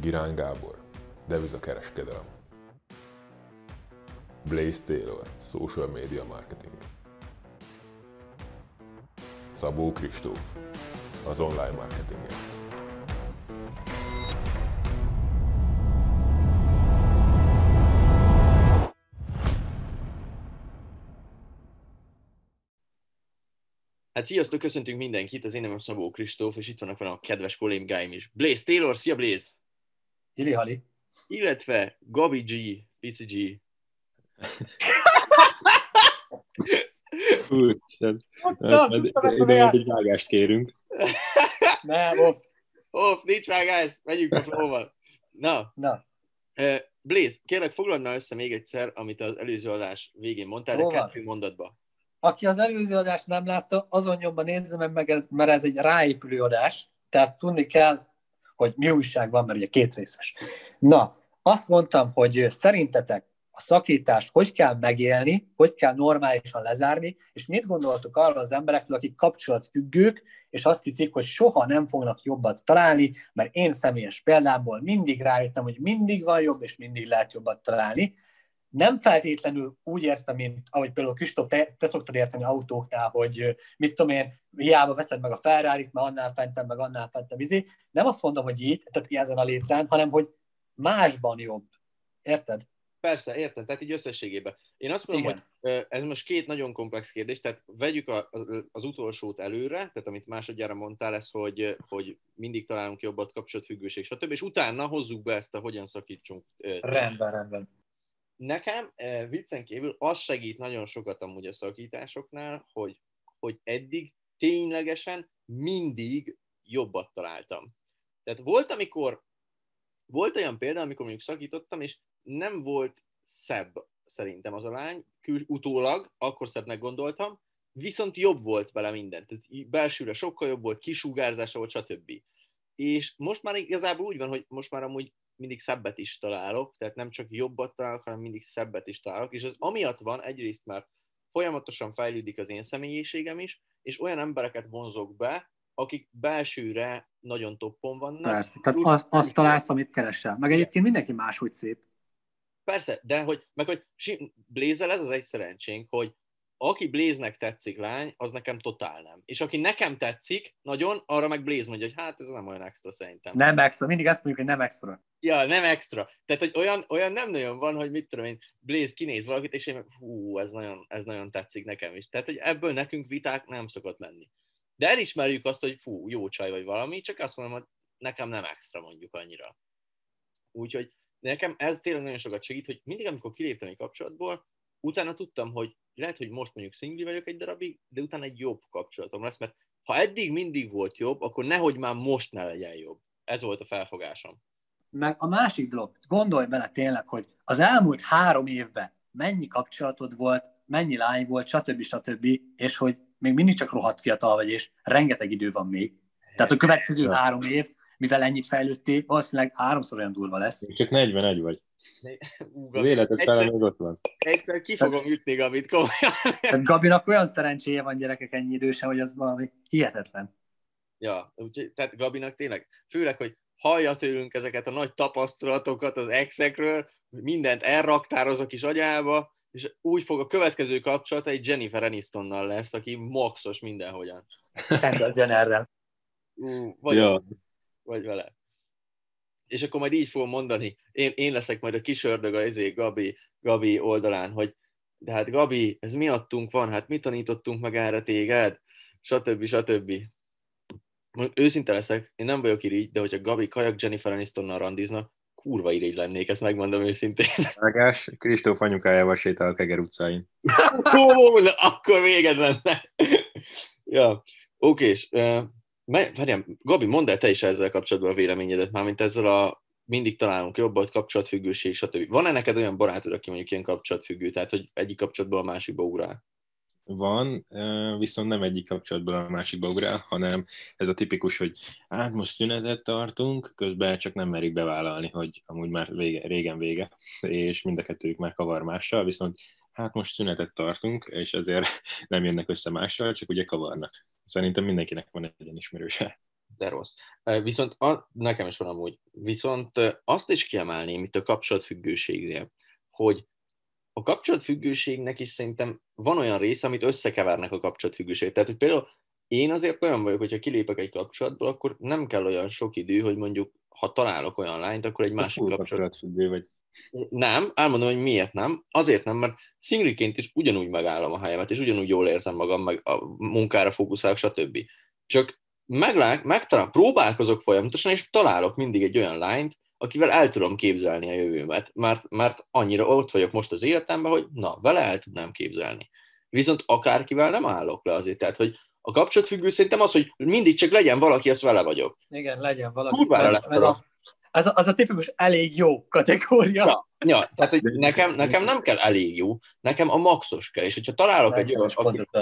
Girán Gábor, devizakereskedelem. Blaze Taylor, social media marketing. Szabó Kristóf, az online marketingért. Hát sziasztok, köszöntünk mindenkit, az én nevem Szabó Kristóf, és itt vannak velem a kedves kollégáim is. Blaze Taylor, szia Blaze! Hili Hali! Illetve Gabi G, Pici G. Úristen, egy vágást kérünk. Nem, nincs vágás, megyünk a flowval. Na. Blaze, kérlek foglald már össze még egyszer, amit az előző adás végén mondtál, de 2 mondatba. Aki az előző adást nem látta, azon nyomban nézze meg, mert ez egy ráépülő adás, tehát tudni kell, hogy mi újság van, mert ugye 2 részes. Na, azt mondtam, hogy szerintetek a szakítást hogy kell megélni, hogy kell normálisan lezárni, és mit gondoltok arra az emberekről, akik kapcsolatfüggők, és azt hiszik, hogy soha nem fognak jobbat találni, mert én személyes példámból mindig rájöttem, hogy mindig van jobb, és mindig lehet jobbat találni. Nem feltétlenül úgy értem, mint ahogy például Kristóf, te szoktad érteni autóknál, hogy mit tudom én, hiába veszed meg a Ferrarit, mert annál fentem, meg annál fentem izé. Nem azt mondom, hogy így, tehát ezen a létrán, hanem hogy másban jobb. Érted? Persze, értem, tehát így összességében. Én azt mondom, Igen. hogy ez most 2 nagyon komplex kérdés, tehát vegyük az utolsót előre, tehát amit másodjára mondtál, ez, hogy mindig találunk jobbat, kapcsolatfüggőség, stb. És utána hozzuk be ezt a hogyan szakítsunk. Rendben. Nekem viccen kívül az segít nagyon sokat amúgy a szakításoknál, hogy eddig ténylegesen mindig jobbat találtam. Tehát volt olyan példa, amikor mondjuk szakítottam, és nem volt szebb szerintem az a lány, utólag, akkor szebbnek gondoltam, viszont jobb volt vele minden. Tehát belsőre sokkal jobb volt, kisugárzása volt, stb. És most már igazából úgy van, hogy most már amúgy mindig szebbet is találok, tehát nem csak jobbat találok, hanem mindig szebbet is találok, és ez amiatt van egyrészt, mert folyamatosan fejlődik az én személyiségem is, és olyan embereket vonzok be, akik belsőre nagyon toppon vannak. Persze, tehát azt találsz, amit keresel. Meg egyébként mindenki máshogy szép. Persze, de hogy Blaze-el ez az egy szerencsénk, hogy aki Blaze-nek tetszik lány, az nekem totál nem. És aki nekem tetszik nagyon, arra meg Blaze mondja, hogy hát ez nem olyan extra szerintem. Nem extra, mindig azt mondjuk, hogy nem extra. Ja, nem extra. Tehát, hogy olyan nem nagyon van, hogy mit tudom én, Blaze kinéz valakit, és én meg, ez nagyon tetszik nekem is. Tehát, hogy ebből nekünk viták nem szokott lenni. De elismerjük azt, hogy jó csaj vagy valami, csak azt mondom, hogy nekem nem extra mondjuk annyira. Úgyhogy nekem ez tényleg nagyon sokat segít, hogy mindig, amikor kiléptem egy kapcsolatból, utána tudtam, hogy lehet, hogy most mondjuk szingli vagyok egy darabig, de utána egy jobb kapcsolatom lesz, mert ha eddig mindig volt jobb, akkor nehogy már most ne legyen jobb. Ez volt a felfogásom. Meg a másik dolog, gondolj bele tényleg, hogy az elmúlt 3 évben mennyi kapcsolatod volt, mennyi lány volt, stb. És hogy még mindig csak rohadt fiatal vagy, és rengeteg idő van még. Tehát a következő 3 év, mivel ennyit fejlődtél, valószínűleg 3-szor olyan durva lesz. Csak 41 vagy. Véletlenül még ott van. Egyszer ki fogom ütni Gabit komolyan. Tehát Gabinak olyan szerencséje van, gyerekek, ennyi idősen, hogy az valami hihetetlen. Ja, úgyhogy, tehát Gabinak tényleg, főleg, hogy hallja tőlünk ezeket a nagy tapasztalatokat az exekről, mindent elraktározok kis agyába, és úgy fog a következő kapcsolata egy Jennifer Anistonnal lesz, aki maxos mindenhogyan. Kendall Jennerrel. Vagy vele. És akkor majd így fogom mondani, én leszek majd a kis ördög a Gabi oldalán, hogy de hát Gabi, ez miattunk van, hát mi tanítottunk meg erre téged, stb. Őszinte leszek, én nem vagyok irigy, de hogyha Gabi Kajak Jennifer Anistonnal randizna, kurva irigy lennék, ezt megmondom őszintén. Vágás, Kristóf anyukájával sétál a Keger utcáin. Akkor véged lenne. Ja, okés. Várjál, Gabi, mondd el te is ezzel kapcsolatban a véleményedet, mármint ezzel a mindig találunk jobbat, kapcsolatfüggőség, stb. Van-e neked olyan barátod, aki mondjuk ilyen kapcsolatfüggő, tehát hogy egyik kapcsolatból a másikba ugrál? Van, viszont nem egyik kapcsolatból a másikba ugrál, hanem ez a tipikus, hogy hát most szünetet tartunk, közben csak nem merik bevállalni, hogy amúgy már régen vége, és mind a kettőjük már kavar mással, viszont hát most szünetet tartunk, és ezért nem jönnek össze mással, csak ugye kavarnak. Szerintem mindenkinek van egy ilyen ismerőse. De rossz. Viszont nekem is van amúgy Viszont azt is kiemelném itt a kapcsolatfüggőségnél, hogy a kapcsolatfüggőségnek is szerintem van olyan része, amit összekevernek a kapcsolatfüggőség. Tehát, hogy például én azért olyan vagyok, hogyha kilépek egy kapcsolatból, akkor nem kell olyan sok idő, hogy mondjuk, ha találok olyan lányt, akkor egy másik kapcsolatfüggő vagy. Nem, elmondom, hogy miért nem. Azért nem, mert szingriként is ugyanúgy megállom a helyemet, és ugyanúgy jól érzem magam, meg a munkára fókuszálok, stb. Csak próbálkozok folyamatosan, és találok mindig egy olyan lányt, akivel el tudom képzelni a jövőmet, mert annyira ott vagyok most az életemben, hogy na, vele el tudnám képzelni. Viszont akárkivel nem állok le azért, tehát, hogy a kapcsolatfüggő szerintem az, hogy mindig csak legyen valaki, azt vele vagyok. Igen, legyen valaki. Kurvára az a tipikus elég jó kategória. Ja, tehát, hogy nekem nem kell elég jó, nekem a maxos kell, és hogyha találok egy olyan,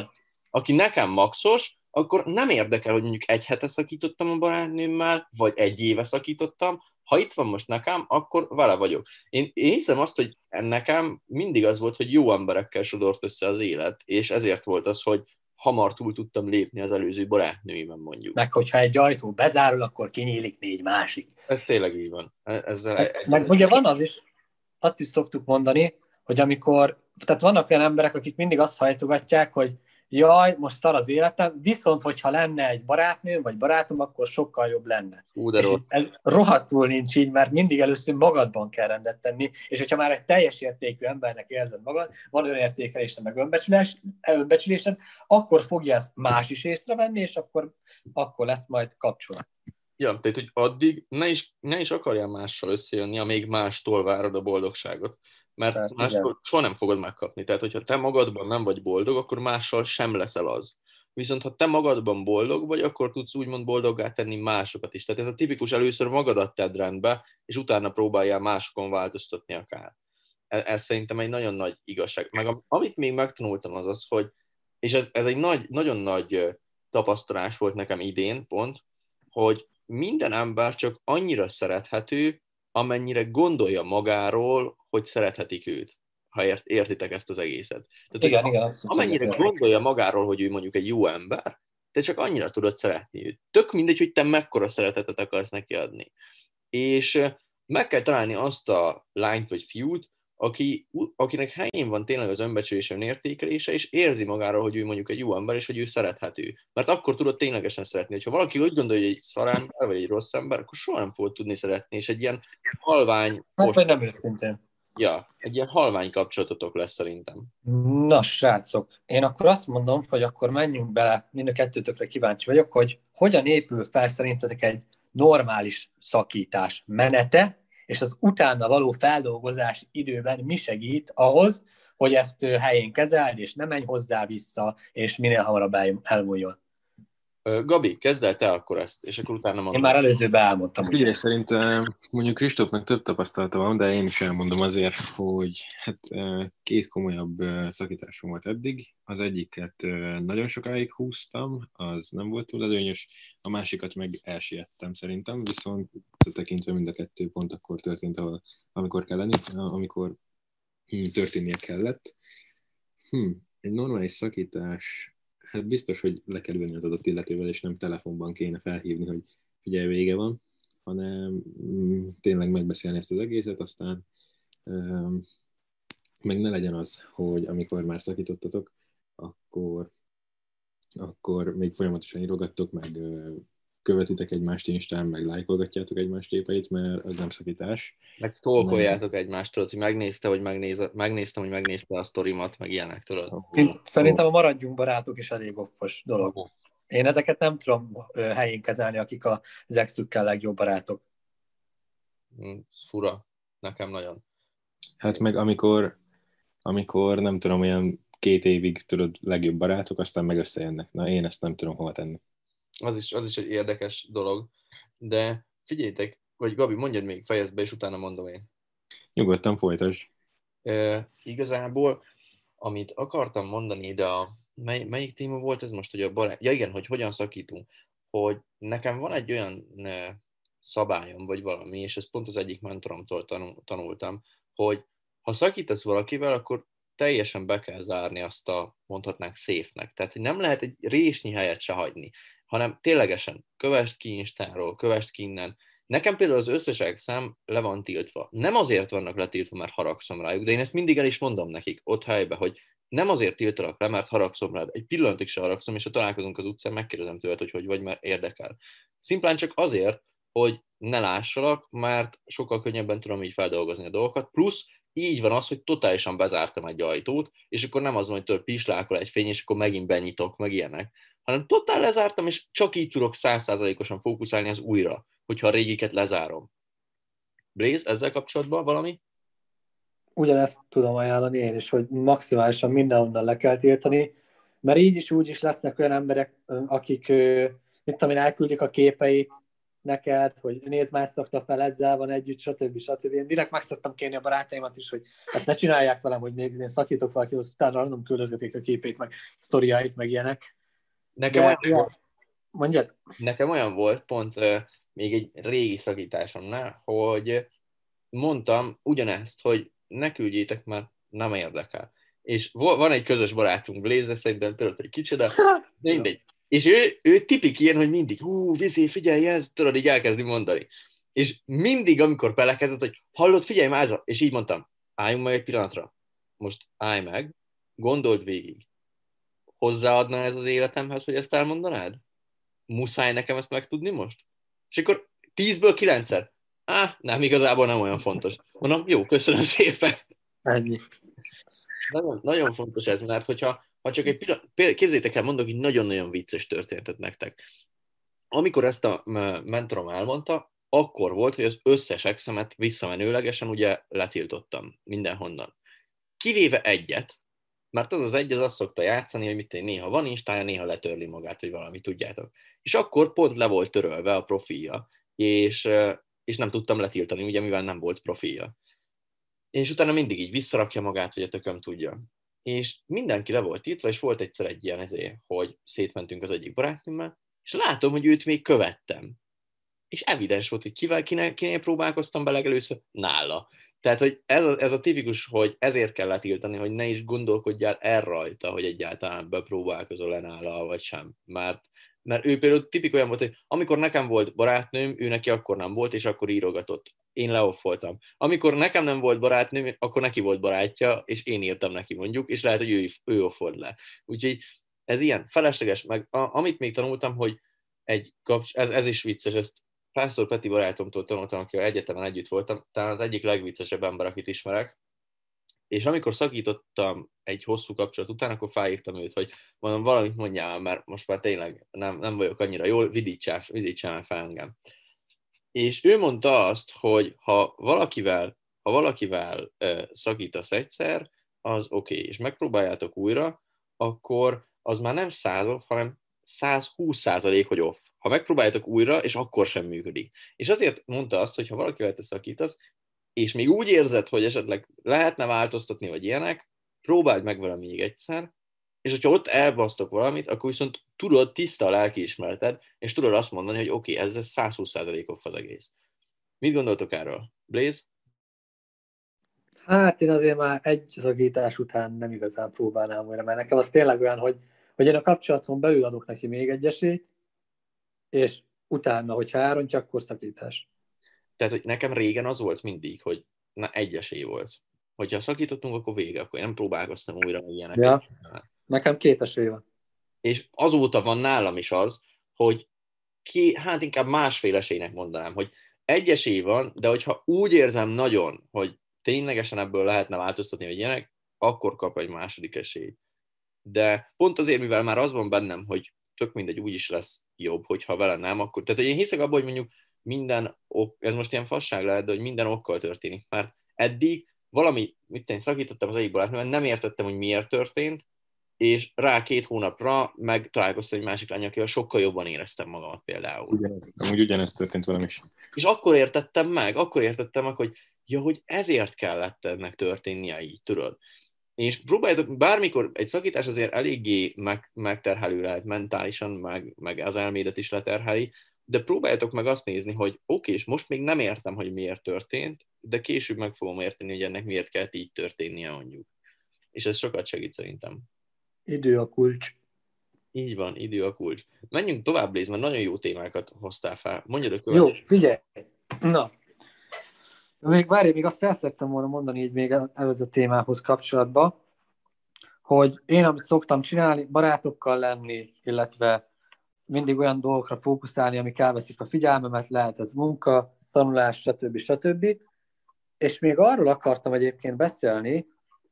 aki nekem maxos, akkor nem érdekel, hogy mondjuk 1 hete szakítottam a barátnőmmel, vagy 1 éve szakítottam, ha itt van most nekem, akkor vele vagyok. Én hiszem azt, hogy nekem mindig az volt, hogy jó emberekkel sodort össze az élet, és ezért volt az, hogy hamar túl tudtam lépni az előző barátnőimen, mondjuk. Meg hogyha egy ajtó bezárul, akkor kinyílik 4 másik. Ez tényleg így van. Meg ugye van az is, azt is szoktuk mondani, hogy tehát vannak olyan emberek, akik mindig azt hajtogatják, hogy jaj, most szar az életem, viszont hogyha lenne egy barátnőm, vagy barátom, akkor sokkal jobb lenne. Ez rohadtul nincs így, mert mindig először magadban kell rendet tenni, és hogyha már egy teljes értékű embernek érzed magad, van önértékelésed, meg önbecsülésed, akkor fogja ezt más is észrevenni, és akkor lesz majd kapcsolat. Ja, tehát, hogy addig ne is akarjál mással összejönni, amíg mástól várod a boldogságot. Mert máskor soha nem fogod megkapni. Tehát, hogyha te magadban nem vagy boldog, akkor mással sem leszel az. Viszont ha te magadban boldog vagy, akkor tudsz úgymond boldoggá tenni másokat is. Tehát ez a tipikus, először magadat tedd rendbe, és utána próbáljál másokon változtatni akár. Ez szerintem egy nagyon nagy igazság. Meg amit még megtanultam az, hogy, és ez egy nagyon nagy tapasztalás volt nekem idén pont, hogy minden ember csak annyira szerethető, amennyire gondolja magáról, hogy szerethetik őt, ha értitek ezt az egészet. Tehát, igen, amennyire gondolja magáról, hogy ő mondjuk egy jó ember, te csak annyira tudod szeretni őt. Tök mindegy, hogy te mekkora szeretetet akarsz neki adni. És meg kell találni azt a lányt vagy fiút, akinek helyén van tényleg az önbecsülése, önértékelése, és érzi magáról, hogy ő mondjuk egy jó ember, és hogy ő szerethető. Mert akkor tudod ténylegesen szeretni. Hogyha valaki úgy gondolja, hogy egy szarember, vagy egy rossz ember, akkor soha nem fogod tudni szeretni, és egy ilyen halvány... vagy nem őszintén. Ja, egy ilyen halvány kapcsolatotok lesz szerintem. Na, srácok, én akkor azt mondom, hogy akkor menjünk bele, mind a kettőtökre kíváncsi vagyok, hogy hogyan épül fel szerintetek egy normális szakítás menete, és az utána való feldolgozás időben mi segít ahhoz, hogy ezt helyén kezeld, és ne menj hozzá vissza, és minél hamarabb elmúljon. Gabi, kezd el te akkor ezt, és akkor utána mondom. Én már előzőben elmondtam. Figyelj, szerintem mondjuk Kristófnak több tapasztalata van, de én is elmondom azért, hogy hát 2 komolyabb szakításom volt eddig. Az egyiket nagyon sokáig húztam, az nem volt túl előnyös, a másikat meg elsiettem szerintem, viszont tekintve mind a 2 pont akkor történt, amikor kell lenni, amikor történnie kellett. Egy normális szakítás, hát biztos, hogy le kell ülni az adott illetővel, és nem telefonban kéne felhívni, hogy figyelj, vége van, hanem tényleg megbeszélni ezt az egészet, aztán meg ne legyen az, hogy amikor már szakítottatok, akkor még folyamatosan írogattok, meg követitek egymást Instán, meg lájkolgatjátok egymás képeit, mert az nem szakítás. Meg stalkoljátok egymást, tudod, hogy megnéztem, hogy megnézte a sztorimat, meg ilyenek, tudod. Szerintem a maradjunk barátok is elég offos dolog. Én ezeket nem tudom helyén kezelni, akik az ex-ükkel legjobb barátok. Fura. Nekem nagyon. Hát meg amikor nem tudom, olyan 2 évig tudod legjobb barátok, aztán meg összejönnek. Na, én ezt nem tudom hova tenni. Az is egy érdekes dolog, de figyeljétek, vagy Gabi, mondjad még, fejezd be, és utána mondom én. Nyugodtan folytasd. Igazából, amit akartam mondani, de melyik téma volt ez most, hogy a barát... Ja igen, hogy hogyan szakítunk. Hogy nekem van egy olyan szabályom, vagy valami, és ezt pont az egyik mentoromtól tanultam, hogy ha szakítasz valakivel, akkor teljesen be kell zárni azt a, mondhatnánk, safe-nek. Tehát, hogy nem lehet egy résnyi helyet se hagyni, hanem ténylegesen kövesd ki Instáról, kövesd ki innen, Nekem például az összes exám le van tiltva. Nem azért vannak letiltva, mert haragszom rájuk, de én ezt mindig el is mondom nekik ott helyben, hogy nem azért tiltanak le, mert haragszom rád. Egy pillanatig se haragszom, és ha találkozunk az utcán, megkérdezem tőled, hogy vagy, mert érdekel. Szimplán csak azért, hogy ne lássalak, mert sokkal könnyebben tudom így feldolgozni a dolgokat. Plusz így van az, hogy totálisan bezártam egy ajtót, és akkor nem az van, hogy tőle pislákol egy fény, és akkor megint benyitok, meg ilyenek, hanem totál lezártam, és csak így tudok 100%-osan fókuszálni az újra, hogyha a régiket lezárom. Blaze, ezzel kapcsolatban valami? Ugyanezt tudom ajánlani én is, hogy maximálisan mindenhonnan le kell tiltani, mert így is úgy is lesznek olyan emberek, akik, mit tudom én, elküldik a képeit neked, hogy nézd, más szokta fel, ezzel van együtt, stb. Én direkt meg szoktam kérni a barátaimat is, hogy ezt ne csinálják velem, hogy még én szakítok valakihoz, utána nem küldözgetik a képét, meg sztoriáit, meg ilyenek. Nekem olyan volt, pont még egy régi szakításomnál, hogy mondtam ugyanezt, hogy ne küldjétek, mert nem érdekel. És van egy közös barátunk, Blaze, szerintem tudod, hogy kicsoda, de mindegy. És ő tipik ilyen, hogy mindig, figyelj, ez, tudod, így elkezdi mondani. És mindig, amikor belekezdett, hogy hallod, figyelj mázra, és így mondtam, álljunk meg egy pillanatra. Most állj meg, gondold végig. Hozzáadna ez az életemhez, hogy ezt elmondanád? Muszáj nekem ezt megtudni most? És akkor 10-ből 9-szer. Nem, igazából nem olyan fontos. Mondom, jó, köszönöm szépen. Ennyi. Nagyon, nagyon fontos ez, mert hogyha csak egy pillanat, képzeljétek el, mondok egy nagyon-nagyon vicces történetet nektek. Amikor ezt a mentorom elmondta, akkor volt, hogy az összes exemet visszamenőlegesen ugye letiltottam mindenhonnan. Kivéve egyet, mert az egy az azt szokta játszani, hogy néha van instája, néha letörli magát, vagy valami, tudjátok. És akkor pont le volt törölve a profilja, és nem tudtam letiltani, ugye, mivel nem volt profilja. És utána mindig így visszarakja magát, hogy a tököm tudja. És mindenki le volt tiltva, és volt egyszer egy ilyen hogy szétmentünk az egyik barátnőmmel, és látom, hogy őt még követtem. És evidens volt, hogy kinél próbálkoztam be legelőször? Nála. Tehát, hogy ez a tipikus, hogy ezért kell letiltani, hogy ne is gondolkodjál el rajta, hogy egyáltalán bepróbálkozol-e nála, vagy sem. Mert ő például tipik olyan volt, hogy amikor nekem volt barátnőm, ő neki akkor nem volt, és akkor írogatott. Én leoffoltam. Amikor nekem nem volt barátnőm, akkor neki volt barátja, és én írtam neki mondjuk, és lehet, hogy ő offold le. Úgyhogy ez ilyen felesleges, meg amit még tanultam, hogy ez is vicces, ezt Pásztor Peti barátomtól tanultam, akivel egyetemen együtt voltam, talán az egyik legviccesebb ember, akit ismerek, és amikor szakítottam egy hosszú kapcsolat után, akkor felhívtam őt, hogy mondom, valamit mondjál, mert most már tényleg nem vagyok annyira jól, vidítsál fel engem. És ő mondta azt, hogy ha valakivel szakítasz egyszer, az oké, és megpróbáljátok újra, akkor az már nem 100 off, hanem 120%, hogy off. Ha megpróbáljátok újra, és akkor sem működik. És azért mondta azt, hogy ha valakivel te szakítasz, és még úgy érzed, hogy esetleg lehetne változtatni, vagy ilyenek, próbáld meg vele még egyszer, és hogyha ott elbasztok valamit, akkor viszont tudod, tiszta a lelkiismereted, és tudod azt mondani, hogy oké, ez 120% off az egész. Mit gondoltok erről? Blaze? Hát én azért már egy szakítás után nem igazán próbálnám újra, mert nekem az tényleg olyan, hogy én a kapcsolaton belül adok neki még egy esélyt, és utána, hogyha elrontja, akkor szakítás. Tehát, hogy nekem régen az volt mindig, hogy egy esély volt. Hogyha szakítottunk, akkor vége, akkor én nem próbálkoztam újra ilyenek. Ja, nekem 2 esély van. És azóta van nálam is az, hogy hát inkább másfél esélynek mondanám, hogy egy esély van, de hogyha úgy érzem nagyon, hogy ténylegesen ebből lehetne változtatni, vagy ilyenek, akkor kap egy második esélyt. De pont azért, mivel már az van bennem, hogy tök mindegy, úgy is lesz jobb, hogyha vele nem, akkor... Tehát, hogy én hiszek abban, hogy mondjuk minden ez most ilyen fasság lehet, de hogy minden okkal történik. Mert eddig valami, én szakítottam az egyik barátnőmmel, nem értettem, hogy miért történt, és rá 2 hónapra meg találkoztam egy másik lány, akivel sokkal jobban éreztem magamat például. Ugyanezt történt velem is. És akkor értettem meg, hogy hogy ezért kellett ennek történnie így, tudod. És próbáljátok, bármikor egy szakítás azért eléggé megterhelő lehet mentálisan, meg az elmédet is leterheli, de próbáljátok meg azt nézni, hogy oké, és most még nem értem, hogy miért történt, de később meg fogom érteni, hogy ennek miért kellett így történnie mondjuk. És ez sokat segít szerintem. Idő a kulcs. Így van, idő a kulcs. Menjünk tovább, Blaze, mert nagyon jó témákat hoztál fel. Mondjad a következő. Jó, figyelj! Na, még azt el szerettem volna mondani így még ehhez a témához kapcsolatban, hogy én, amit szoktam csinálni, barátokkal lenni, illetve mindig olyan dolgokra fókuszálni, amik elveszik a figyelmemet, lehet ez munka, tanulás, stb. És még arról akartam egyébként beszélni,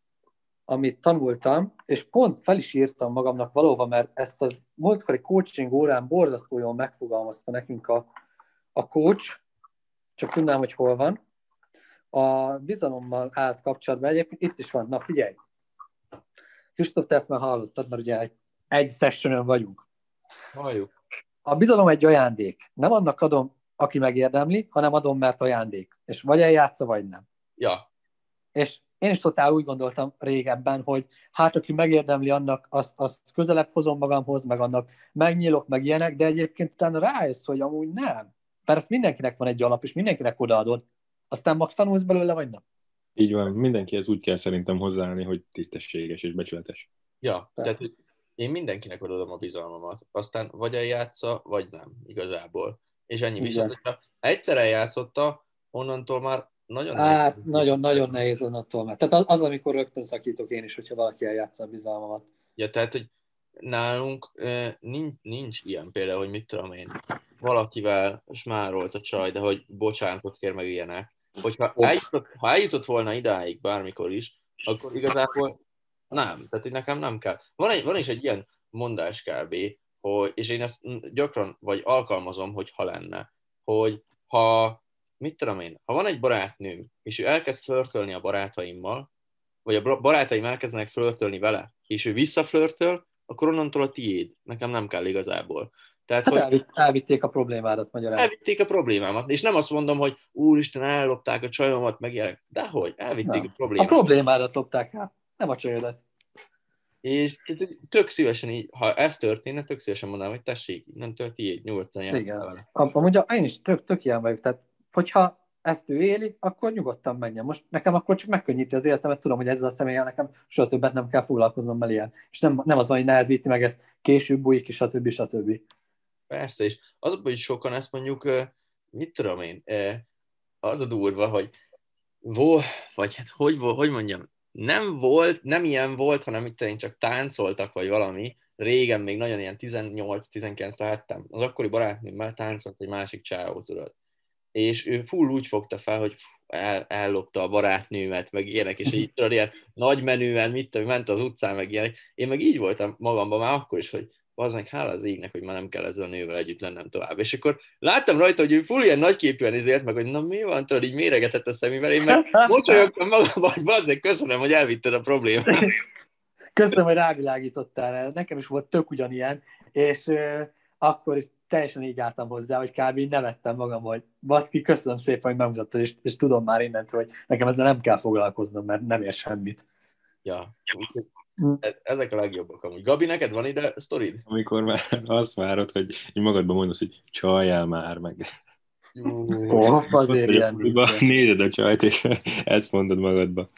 amit tanultam, és pont fel is írtam magamnak valóban, mert ezt az múltkori coaching órán borzasztó jól megfogalmazta nekünk a coach, csak tudnám, hogy hol van. A bizalommal állt kapcsolatban egyébként itt is van. Na figyelj! Kristóf, te ezt már hallottad, mert ugye egy sessionon vagyunk. Halljuk. A bizalom egy ajándék. Nem annak adom, aki megérdemli, hanem adom, mert ajándék. És vagy eljátsza, vagy nem. Ja. És én is totál úgy gondoltam régebben, hogy hát aki megérdemli annak, azt közelebb hozom magamhoz, meg annak megnyílok, meg ilyenek, de egyébként utána rájössz, hogy amúgy nem. Mert mindenkinek van egy alap, és mindenkinek odaadod. Aztán max tanulsz belőle, vagy nem? Így van, mindenkihez úgy kell szerintem hozzáállni, hogy tisztességes és becsületes. Ja, tehát én mindenkinek odaadom a bizalmamat. Aztán vagy eljátsza, vagy nem, igazából. És ennyi. Viszont, hogyha egyszer eljátszotta, onnantól már nagyon nehéz onnantól már. Tehát az, amikor rögtön szakítok én is, hogyha valaki eljátsza a bizalmamat. Ja, tehát, hogy nálunk nincs ilyen például, hogy mit tudom én, valakivel smárolt a csaj, de hogy bocsánatot kér meg ilyenek. Hogyha eljutott volna idáig bármikor is, akkor igazából nem. Tehát, hogy nekem nem kell. Van is egy ilyen mondás kb., és én ezt gyakran vagy alkalmazom, hogy ha lenne, hogy ha van egy barátnőm, és ő elkezd flörtölni a barátaimmal, vagy a barátaim elkezdenek flörtölni vele, és ő visszaflörtöl, akkor onnantól a tiéd. Nekem nem kell igazából. Tehát, hogy elvitték a problémádat magyarán. Elvitték a problémámat. És nem azt mondom, hogy úristen, ellopták a csajomat, meg ilyenek. Dehogy, elvitték a problémámat. A problémádat lopták el, nem a csajodat. És tök szívesen így, ha ez történne, tök szívesen mondanám, hogy tessék, innentől tiéd, nyugodtan játsszál vele. Amúgy én is tök ilyen vagyok. Tehát, hogyha ezt ő éli, akkor nyugodtan menjen. Most nekem akkor csak megkönnyíti az életemet, tudom, hogy ezzel a személlyel nekem soha többet nem kell foglalkoznom vele ilyen. És nem az van, hogy nehezíti meg, ez később bújik, stb. Persze, és az, hogy sokan ezt mondjuk, mit tudom én, az a durva, hogy vagy hát hogy mondjam, nem ilyen volt, hanem itt én csak táncoltak, vagy valami. Régen még nagyon ilyen 18-19 lehettem. Az akkori barátnőmmel táncolt egy másik csávó, tudod. És ő full úgy fogta fel, hogy ellopta a barátnőmet, meg ilyenek, és így tudod, ilyen nagy menően, ment az utcán, meg ilyenek. Én meg így voltam magamban már akkor is, hogy bazd hála az égnek, hogy már nem kell ezzel a nővel együtt lennem tovább. És akkor láttam rajta, hogy ő full ilyen nagyképűen izélt meg, hogy na mi van, tudod, így méregetett a szemével, én meg mosolyogtam magamban, hogy bazd, köszönöm, hogy elvitted a problémát. Köszönöm, hogy rávilágítottál. Nekem is volt tök ugyanilyen, és akkor is teljesen így álltam hozzá, hogy kb. Nevettem magam, hogy baszki, köszönöm szépen, hogy megmutattad, és tudom már innentől, hogy nekem ezzel nem kell foglalkoznom, mert nem ér semmit. Ja, ezek a legjobbak amúgy. Gabi, neked van ide sztorid? Amikor már azt várod, hogy magadban mondasz, hogy csaljál már meg. Azért ilyen nézed a csajt, és ezt mondod magadba.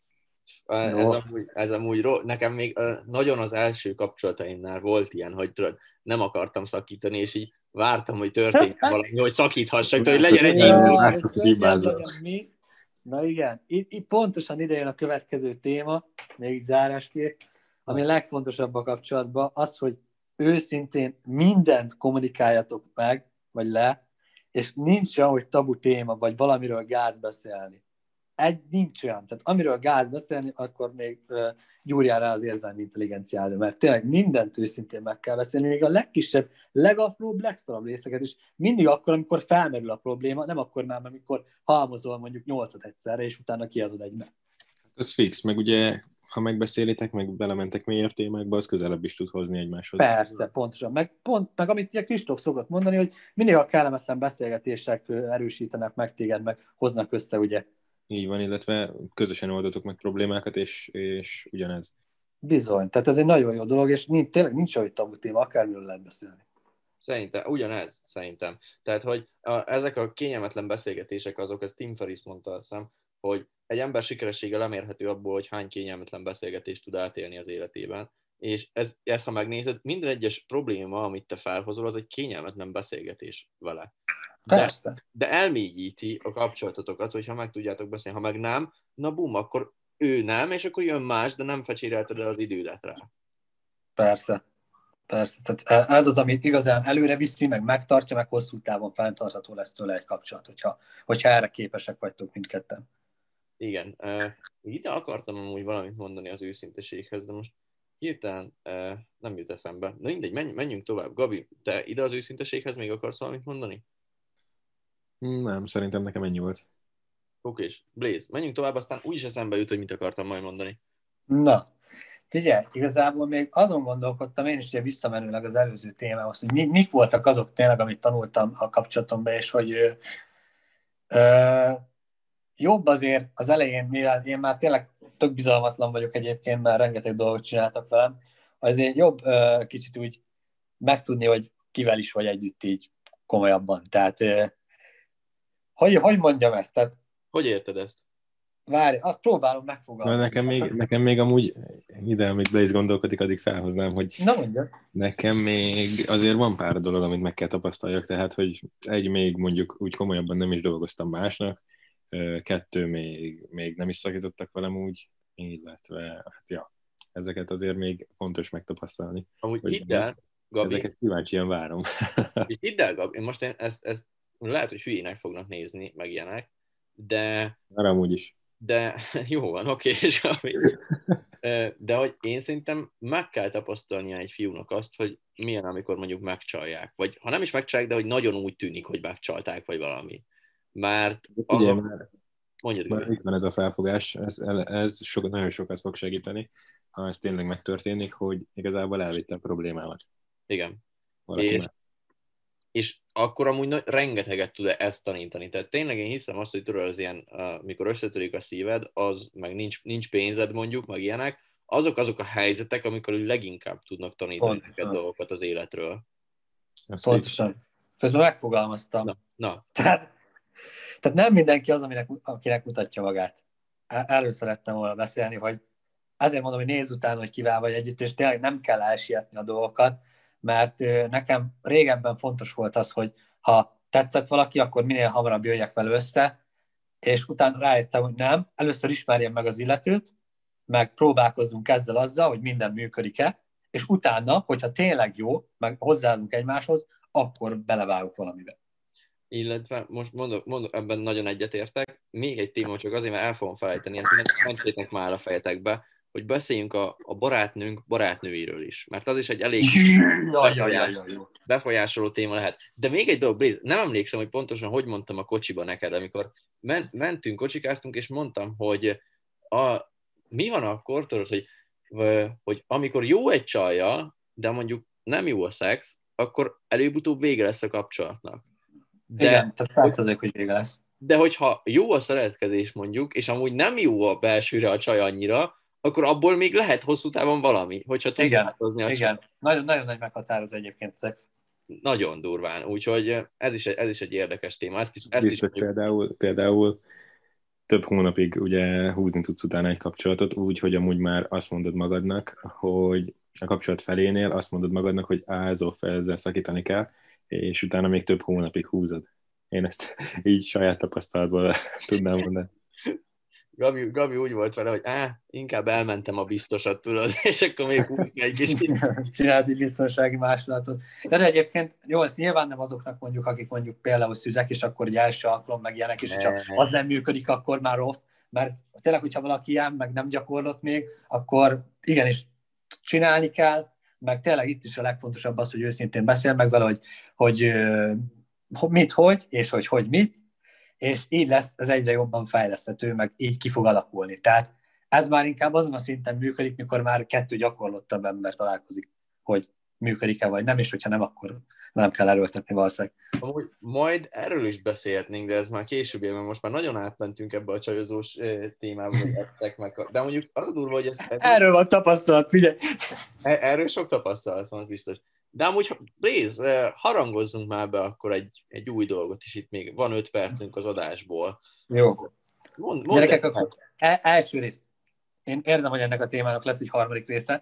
Ez amúgy nekem még nagyon az első kapcsolataimnál volt ilyen, hogy tudod, nem akartam szakítani, és így vártam, hogy történjen valami, hogy szakíthassak, hogy legyen egy indul. Na igen, itt pontosan ide jön a következő téma, még zárásképp, ami a legfontosabb a kapcsolatban, az, hogy őszintén mindent kommunikáljatok meg, vagy le, és nincs olyan, hogy tabu téma, vagy valamiről gáz beszélni. Nincs olyan. Tehát amiről gáz beszélni, akkor még gyúrjál rá az érzelmi intelligenciára, mert tényleg mindent őszintén meg kell beszélni, még a legkisebb, legapróbb, legszarabb részeket is. Mindig akkor, amikor felmerül a probléma, nem akkor már, amikor halmozol mondjuk 8-at egyszerre, és utána kiadod egybe. Ez fix, meg ugye, ha megbeszélitek, meg belementek mélyebb témákba, az közelebb is tud hozni egymáshoz. Persze, pontosan. Meg amit ugye Kristóf szokott mondani, hogy mindig a kellemetlen beszélgetések erősítenek meg téged, meg hoznak össze, ugye. Így van, illetve közösen oldatok meg problémákat, és ugyanez. Bizony, tehát ez egy nagyon jó dolog, és tényleg nincs olyan tabu téma, akármiről lehet beszélni. Szerintem, ugyanez, szerintem. Tehát, hogy ezek a kényelmetlen beszélgetések azok, ezt Tim Ferriss mondta, azt hiszem, hogy egy ember sikeressége lemérhető abból, hogy hány kényelmetlen beszélgetést tud átélni az életében. És ez ha megnézed, minden egyes probléma, amit te felhozol, az egy kényelmetlen beszélgetés vele. Persze. De elmélyíti a kapcsolatotokat, hogyha meg tudjátok beszélni. Ha meg nem, na bum, akkor ő nem, és akkor jön más, de nem fecsérelted el az idődet rá. Persze. Tehát ez az, amit igazán előre viszi, meg megtartja, meg hosszú távon fenntartható lesz tőle egy kapcsolat, hogyha erre képesek vagytok mindketten. Igen. Ide akartam amúgy valamit mondani az őszinteséghez, de most hirtelen nem jut eszembe. Na mindegy, menjünk tovább. Gabi, te ide az őszinteséghez még akarsz valamit mondani? Nem, szerintem nekem ennyi volt. Oké, és Blaze, menjünk tovább, aztán úgyis eszembe jut, hogy mit akartam majd mondani. Na, figyelj, igazából még azon gondolkodtam én is, ugye visszamenőleg az előző témához, hogy mik voltak azok tényleg, amit tanultam a kapcsolatomban, és hogy jobb azért az elején, mivel én már tényleg tök bizalmatlan vagyok egyébként, mert rengeteg dolgot csináltak velem, azért jobb kicsit úgy megtudni, hogy kivel is vagy együtt így komolyabban. Tehát, hogy mondjam ezt? Tehát, hogy érted ezt? Várj, próbálom megfogalmazni. Nekem még amúgy ide, amíg Blaze gondolkodik, addig felhoznám, hogy na mondja. Nekem még azért van pár dolog, amit meg kell tapasztaljak, tehát, hogy még mondjuk úgy komolyabban nem is dolgoztam másnak, 2 még nem is szakítottak velem úgy, illetve hát ja, ezeket azért még fontos megtapasztalni. Amúgy hidd el, Gabi. Ezeket kíváncsian várom. Hidd el, Gabi, most én ezt lehet, hogy hülyének fognak nézni, meg ilyenek, de... Arra amúgy is. De jó van, oké, és de hogy én szerintem meg kell tapasztalnia egy fiúnak azt, hogy milyen, amikor mondjuk megcsalják. Vagy ha nem is megcsalják, de hogy nagyon úgy tűnik, hogy megcsalták, vagy valami. Mert már itt van ez a felfogás, ez nagyon sokat fog segíteni, ha ez tényleg megtörténik, hogy igazából elvitte a problémámat. Igen. És akkor amúgy rengeteget tud ezt tanítani. Tehát tényleg én hiszem azt, hogy tudod, az ilyen, mikor összetörik a szíved, az meg nincs pénzed mondjuk, meg ilyenek, azok a helyzetek, amikor leginkább tudnak tanítani neked dolgokat az életről. Pontosan. Közben megfogalmaztam. Na. Tehát nem mindenki az, akinek mutatja magát. Erről szerettem volna beszélni, hogy azért mondom, hogy nézz utána, hogy kivel vagy együtt, és tényleg nem kell elsietni a dolgokat, mert nekem régebben fontos volt az, hogy ha tetszett valaki, akkor minél hamarabb jöjjek vele össze, és utána rájöttem, hogy nem, először ismerjem meg az illetőt, meg próbálkozzunk ezzel azzal, hogy minden működik-e, és utána, hogyha tényleg jó, meg hozzáállunk egymáshoz, akkor belevágok valamibe. Illetve most mondok, ebben nagyon egyetértek. Még egy téma, csak azért, mert el fogom felejteni, ezt mentsétek már a fejetekbe, hogy beszéljünk a barátnőnk barátnőiről is. Mert az is egy elég befolyásoló téma lehet. De még egy dolog, Blaze, nem emlékszem, hogy pontosan hogy mondtam a kocsiba neked, amikor mentünk, kocsikáztunk, és mondtam, hogy mi van akkor, tudod, hogy amikor jó egy csajjal, de mondjuk nem jó a szex, akkor előbb-utóbb vége lesz a kapcsolatnak. Igen, tehát 100%, hogy vége lesz. De hogyha jó a szeretkezés mondjuk, és amúgy nem jó a belsőre a csaj annyira, akkor abból még lehet hosszú távon valami, hogyha tudsz változni a csaj. Igen, nagyon nagy meghatározó egyébként szex. Nagyon durván, úgyhogy ez is egy érdekes téma. Ezt biztos is például több hónapig ugye húzni tudsz utána egy kapcsolatot, úgy, hogy amúgy már azt mondod magadnak, hogy a kapcsolat felénél azt mondod magadnak, hogy ezzel szakítani kell, és utána még több hónapig húzod. Én ezt így saját tapasztalatból tudnám mondani. Gabi úgy volt vele, hogy inkább elmentem a biztosat, tudod, és akkor még húzni egy kicsit. Csinált egy biztonsági másolatot. De egyébként jó, ezt nyilván nem azoknak mondjuk, akik mondjuk például szüzek, és akkor egy első alkalom meg ilyenek, és hogyha az nem működik, akkor már off, mert tényleg, hogyha valaki ilyen, meg nem gyakorlott még, akkor igenis csinálni kell, meg tényleg itt is a legfontosabb az, hogy őszintén beszél meg vele, hogy mit, hogy, és hogy mit, és így lesz ez egyre jobban fejleszthető, meg így ki fog alakulni. Tehát ez már inkább azon a szinten működik, mikor már 2 gyakorlottabb ember találkozik, hogy működik-e vagy nem, és hogyha nem, akkor nem kell erőltetni valószínűleg. Amúgy majd erről is beszélhetnénk, de ez már később, mert most már nagyon átmentünk ebbe a csajozós témába, hogy eszek meg. De mondjuk az a durva, hogy ez erről van tapasztalat, figyelj! Erről sok tapasztalat van, az biztos. De amúgy, Blaze, harangozzunk már be akkor egy új dolgot is, itt még van 5 percünk az adásból. Jó. Mondd gyerekek, akkor első részt. Én érzem, hogy ennek a témának lesz egy harmadik része.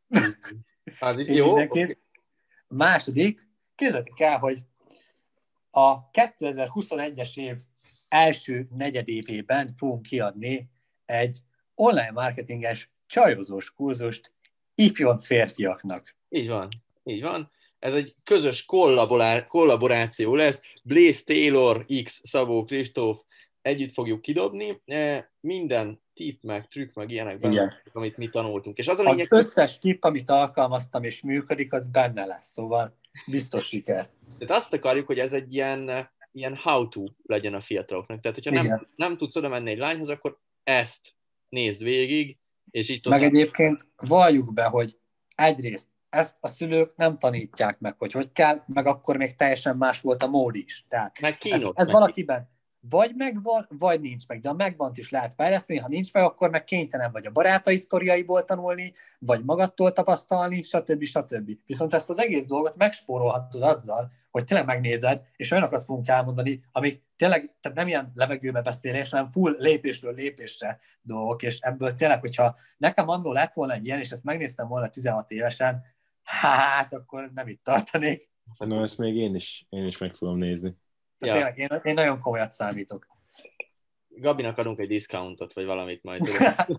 Az is jó. Okay. Második, képzeljétek el, hogy A 2021-es év első negyedévében fogunk kiadni egy online marketinges csajozós kurzust ifjonc férfiaknak. Így van, így van. Ez egy közös kollaboráció lesz. Blaze Taylor, X, Szabó Kristóf, együtt fogjuk kidobni. Minden tipp, meg trükk, meg ilyenekben, amit mi tanultunk. És az összes tipp, amit alkalmaztam és működik, az benne lesz, szóval biztos siker. Tehát azt akarjuk, hogy ez egy ilyen how-to legyen a fiataloknak. Tehát, hogyha nem tudsz oda menni egy lányhoz, akkor ezt nézd végig, és így meg egyébként valljuk be, hogy egyrészt ezt a szülők nem tanítják meg, hogy kell, meg akkor még teljesen más volt a mód is. Tehát ez valakiben vagy megvan, vagy nincs meg, de a megvant is lehet fejleszteni, ha nincs meg, akkor meg kénytelen vagy a barátai sztoriaiból tanulni, vagy magadtól tapasztalni, stb. Viszont ezt az egész dolgot megspórolhatod azzal, hogy tényleg megnézed, és olyanokat fogunk elmondani, amik tényleg, tehát nem ilyen levegőbe beszélés, hanem full lépésről lépésre dolgok, és ebből tényleg, hogyha nekem annól lett volna egy ilyen, és ezt megnéztem volna 16 évesen, hát akkor nem itt tartanék. No, ezt még én is meg fogom nézni. Ja. Tényleg, én nagyon komolyat számítok. Gabinak adunk egy discountot, vagy valamit majd.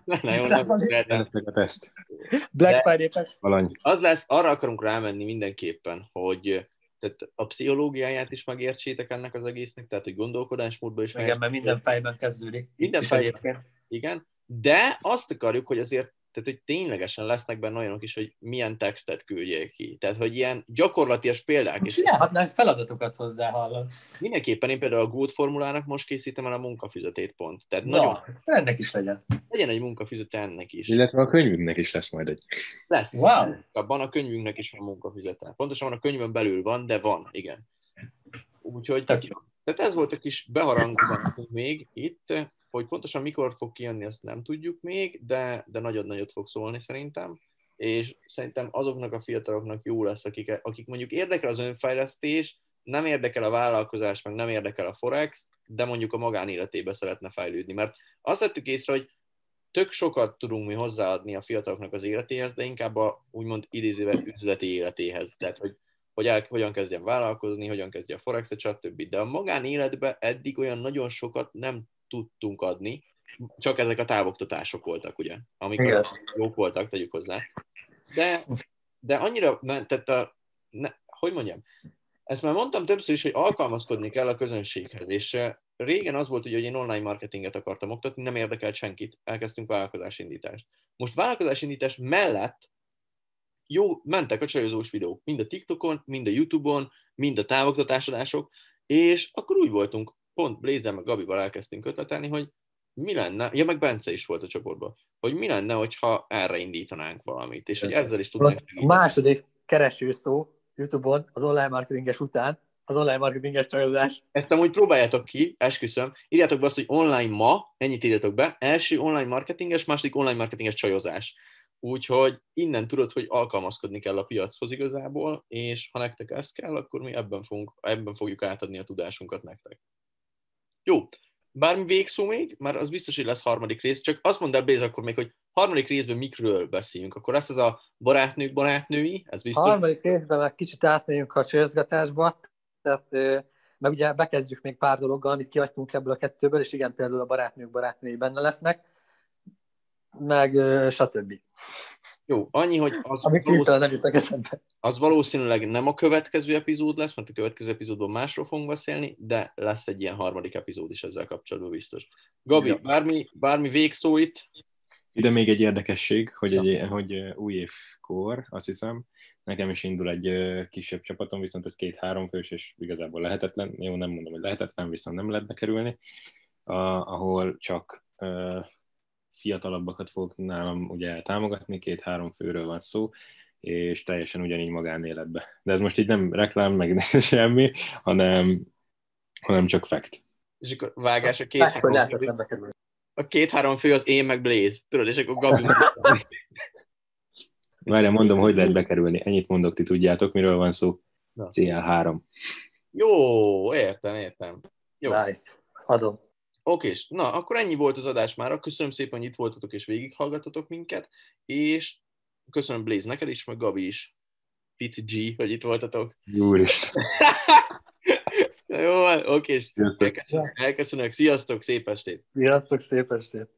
Black Friday-es. Az lesz, arra akarunk rámenni mindenképpen, hogy tehát a pszichológiáját is megértsétek ennek az egésznek, tehát hogy gondolkodásmódban is. Igen, mert minden fejben kezdődik. Minden fejben. Igen, de azt akarjuk, hogy azért tehát, hogy ténylegesen lesznek benne olyanok is, hogy milyen textet küldjék ki. Tehát, hogy ilyen gyakorlatias példák is. Csinálhatnánk feladatokat hozzá, hallod. Mindenképpen én például a Goat formulának most készítem el a munkafüzetét pont. Tehát nagyon... ennek is legyen. Legyen egy munkafüzet ennek is. Illetve a könyvünknek is lesz majd egy. Lesz. Wow. Abban a könyvünknek is van munkafüzete. Pontosan van a könyvön belül van, de van, igen. Úgyhogy, tehát ez volt a kis beharangozás még itt, hogy pontosan mikor fog kijönni, azt nem tudjuk még, de nagyon nagyot fog szólni szerintem, és szerintem azoknak a fiataloknak jó lesz, akik mondjuk érdekel az önfejlesztés, nem érdekel a vállalkozás, meg nem érdekel a Forex, de mondjuk a magánéletébe szeretne fejlődni, mert azt vettük észre, hogy tök sokat tudunk mi hozzáadni a fiataloknak az életéhez, de inkább a úgymond idézővel üzleti életéhez, tehát hogyan kezdjen vállalkozni, hogyan kezdje a Forexet, stb. De a magánéletben eddig olyan nagyon sokat nem tudtunk adni, csak ezek a távoktatások voltak, ugye, amik jók voltak, tegyük hozzá. De annyira, tehát hogy mondjam, ezt már mondtam többször is, hogy alkalmazkodni kell a közönséghez, és régen az volt, hogy én online marketinget akartam oktatni, nem érdekelt senkit, elkezdtünk vállalkozásindítást. Most vállalkozásindítás mellett mentek a csajozós videók, mind a TikTokon, mind a YouTube-on, mind a távoktatásodások, és akkor úgy voltunk, pont Blaze-el meg Gabival elkezdtünk ötletelni, hogy mi lenne, meg Bence is volt a csoportban, hogy mi lenne, hogyha erre indítanánk valamit, és hogy ezzel is tudnánk segíteni. A második keresőszó YouTube-on az online marketinges után, az online marketinges csajozás. Ezt amúgy próbáljátok ki, esküszöm, írjátok be azt, hogy online ma, ennyit írjátok be, első online marketinges, második online marketinges csajozás. Úgyhogy innen tudod, hogy alkalmazkodni kell a piachoz igazából, és ha nektek ez kell, akkor mi ebben fogjuk átadni a tudásunkat nektek. Jó, bármi végszó még, mert az biztos, hogy lesz harmadik rész, csak azt mondd el, Béz, akkor még, hogy harmadik részben mikről beszéljünk, akkor lesz ez a barátnői, ez biztos. A harmadik részben meg kicsit átmegyünk a csajozgatásba, tehát meg ugye bekezdjük még pár dologgal, amit kihagytunk ebből a kettőből, és igen, például a barátnői benne lesznek, meg stb. Jó, annyi, hogy az valószínűleg nem a következő epizód lesz, mert a következő epizódban másról fogunk beszélni, de lesz egy ilyen harmadik epizód is ezzel kapcsolatban biztos. Gabi, bármi végszó itt? Ide még egy érdekesség, hogy új évkor, azt hiszem, nekem is indul egy kisebb csapatom, viszont ez 2-3 fős, és igazából lehetetlen, jó, nem mondom, hogy lehetetlen, viszont nem lehet bekerülni, ahol csak fiatalabbakat fogok nálam ugye támogatni, 2-3 főről van szó, és teljesen ugyanígy magánéletbe. De ez most így nem reklám, meg semmi, hanem csak fact. És akkor vágás a 2-3 fő az én meg Blaze. Tudod, és akkor Gabi. Várjál, mondom, hogy lehet bekerülni. Ennyit mondok, ti tudjátok, miről van szó. CL3. Jó, értem. Jó. Nice. Adom. Okés, na, akkor ennyi volt az adás mára. Köszönöm szépen, hogy itt voltatok és végighallgatotok minket, és köszönöm Blaze neked is, meg Gabi is. Pici G, hogy itt voltatok. Úristen. Jó, oké, Sziasztok. elköszönök. Sziasztok, szép estét! Sziasztok, szép estét!